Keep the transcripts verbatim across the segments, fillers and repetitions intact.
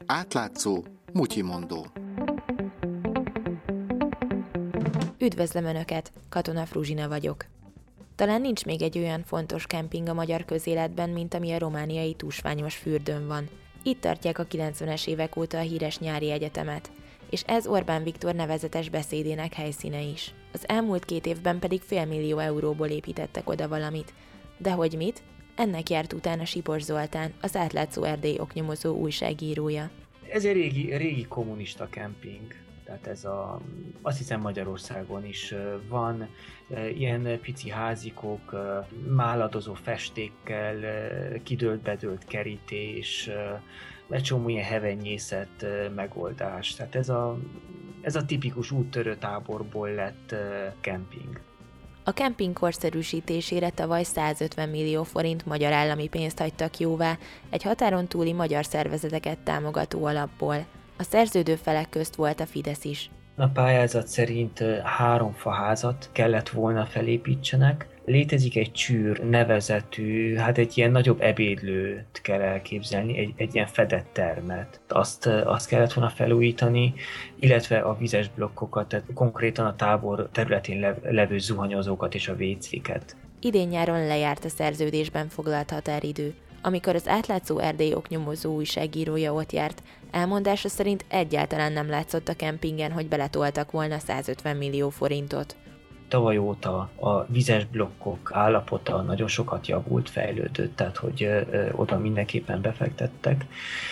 Átlátszó, mutyimondó. Üdvözlöm Önöket, Katona Fruzsina vagyok. Talán nincs még egy olyan fontos kemping a magyar közéletben, mint ami a romániai Tusványos fürdőn van. Itt tartják a kilencvenes évek óta a híres nyári egyetemet, és ez Orbán Viktor nevezetes beszédének helyszíne is. Az elmúlt két évben pedig félmillió euróból építettek oda valamit. De hogy mit? Ennek járt utána Sipos Zoltán, az Átlátszó Erdély oknyomozó újságírója. Ez egy régi, régi kommunista kemping. Tehát ez a, azt hiszem Magyarországon is van, ilyen pici házikok, máladozó festékkel, kidőlt-bedőlt kerítés, egy csomó ilyen hevenyészet megoldás. Tehát ez a, ez a tipikus úttörő táborból lett kemping. A kemping korszerűsítésére tavaly százötven millió forint magyar állami pénzt hagytak jóvá egy határon túli magyar szervezeteket támogató alapból. A szerződő felek közt volt a Fidesz is. A pályázat szerint három faházat kellett volna felépítsenek. Létezik egy csűr nevezetű, hát egy ilyen nagyobb ebédlőt kell elképzelni, egy, egy ilyen fedett termet. Azt, azt kellett volna felújítani, illetve a vizes blokkokat, tehát konkrétan a tábor területén levő zuhanyozókat és a vécéket. Idén-nyáron lejárt a szerződésben foglalt határidő. Amikor az Átlátszó Erdély oknyomozó újságírója ott járt, elmondása szerint egyáltalán nem látszott a kempingen, hogy beletoltak volna százötven millió forintot. Tavaly óta a vizes blokkok állapota nagyon sokat javult, fejlődött, tehát hogy ö, oda mindenképpen befektettek.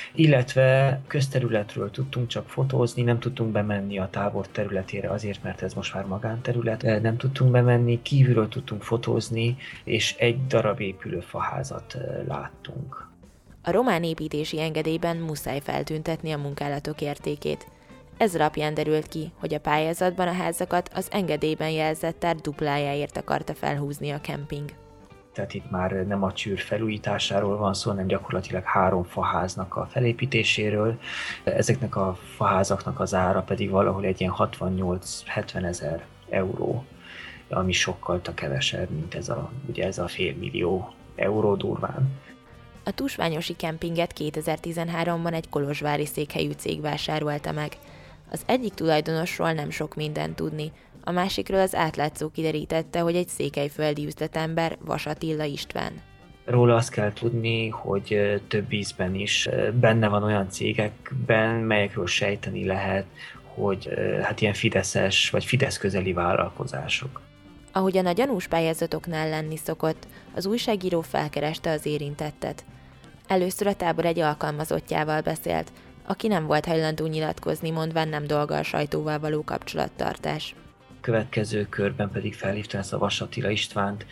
Illetve közterületről tudtunk csak fotózni, nem tudtunk bemenni a tábor területére azért, mert ez most már magánterület. Nem tudtunk bemenni, kívülről tudtunk fotózni, és egy darab épülő faházat láttunk. A román építési engedélyben muszáj feltüntetni a munkálatok értékét. Ez alapján derült ki, hogy a pályázatban a házakat az engedélyben jelzett ár duplájáért akarta felhúzni a kemping. Tehát itt már nem a csűr felújításáról van szó, hanem gyakorlatilag három faháznak a felépítéséről. Ezeknek a faházaknak az ára pedig valahol egy ilyen hatvannyolc-hetven ezer euró, ami sokkal kevesebb, mint ez a, ugye ez a félmillió euró durván. A tusványosi kempinget kétezer-tizenháromban egy kolozsvári székhelyű cég vásárolta meg. Az egyik tulajdonosról nem sok mindent tudni, a másikról az Átlátszó kiderítette, hogy egy székelyföldi üzletember, Vas Attila István. Róla azt kell tudni, hogy több ízben is benne van olyan cégekben, melyekről sejteni lehet, hogy hát ilyen fideszes vagy Fidesz közeli vállalkozások. Ahogyan a gyanús pályázatoknál lenni szokott, az újságíró felkereste az érintettet. Először a tábor egy alkalmazottjával beszélt, aki nem volt hajlandó nyilatkozni, mondván nem dolga a sajtóval való kapcsolattartás. Következő körben pedig felhívta ezt a Vas Attila Istvánt,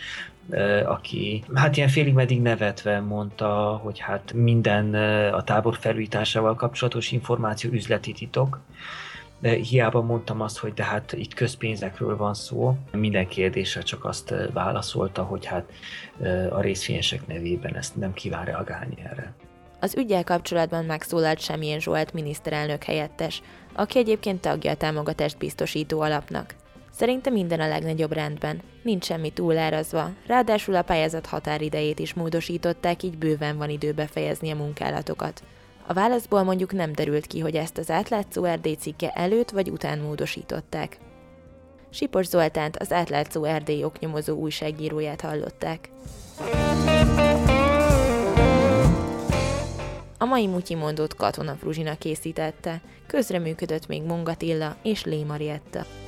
aki hát ilyen félig meddig nevetve mondta, hogy hát minden a tábor felújításával kapcsolatos információ üzleti titok. De hiába mondtam azt, hogy de hát itt közpénzekről van szó. Minden kérdésre csak azt válaszolta, hogy hát a részvényesek nevében ezt nem kíván reagálni erre. Az üggyel kapcsolatban megszólalt Semjén Zsolt miniszterelnök helyettes, aki egyébként tagja a támogatást biztosító alapnak. Szerinte minden a legnagyobb rendben, nincs semmi túlárazva, ráadásul a pályázat határidejét is módosították, így bőven van idő befejezni a munkálatokat. A válaszból mondjuk nem derült ki, hogy ezt az Átlátszó Erdély cikke előtt vagy után módosították. Sipos Zoltánt, az Átlátszó Erdély oknyomozó újságíróját hallották. A mai mutyimondót Katona Fruzsina készítette, közreműködött még Monga Attila és Lé Marietta.